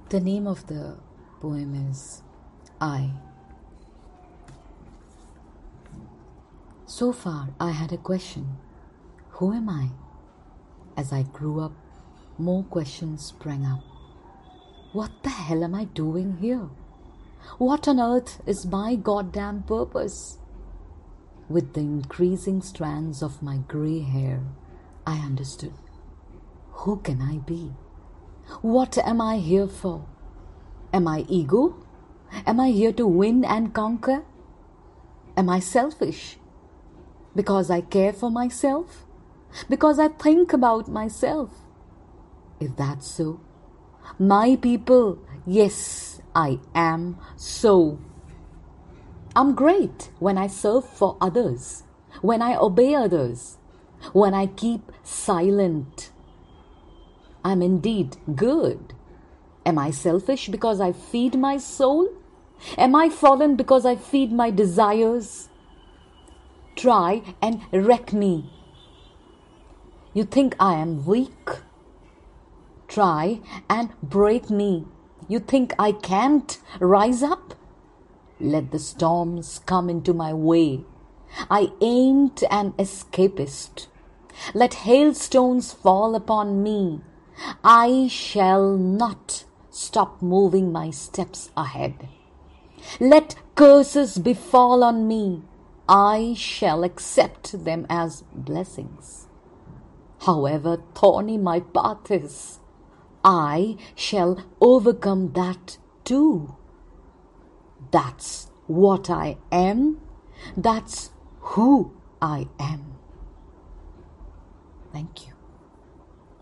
The name of the poem is I. So far, I had a question. Who am I? As I grew up, more questions sprang up. What the hell am I doing here? What on earth is my goddamn purpose? With the increasing strands of my grey hair, I understood. Who can I be? What am I here for? Am I ego? Am I here to win and conquer? Am I selfish? Because I care for myself? Because I think about myself? If that's so, my people, yes, I am so. I'm great when I serve for others, when I obey others, when I keep silent. I'm indeed good. Am I selfish because I feed my soul? Am I fallen because I feed my desires? Try and wreck me. You think I am weak? Try and break me. You think I can't rise up? Let the storms come into my way. I ain't an escapist. Let hailstones fall upon me. I shall not stop moving my steps ahead. Let curses befall on me. I shall accept them as blessings. However thorny my path is, I shall overcome that too. That's what I am. That's who I am. Thank you.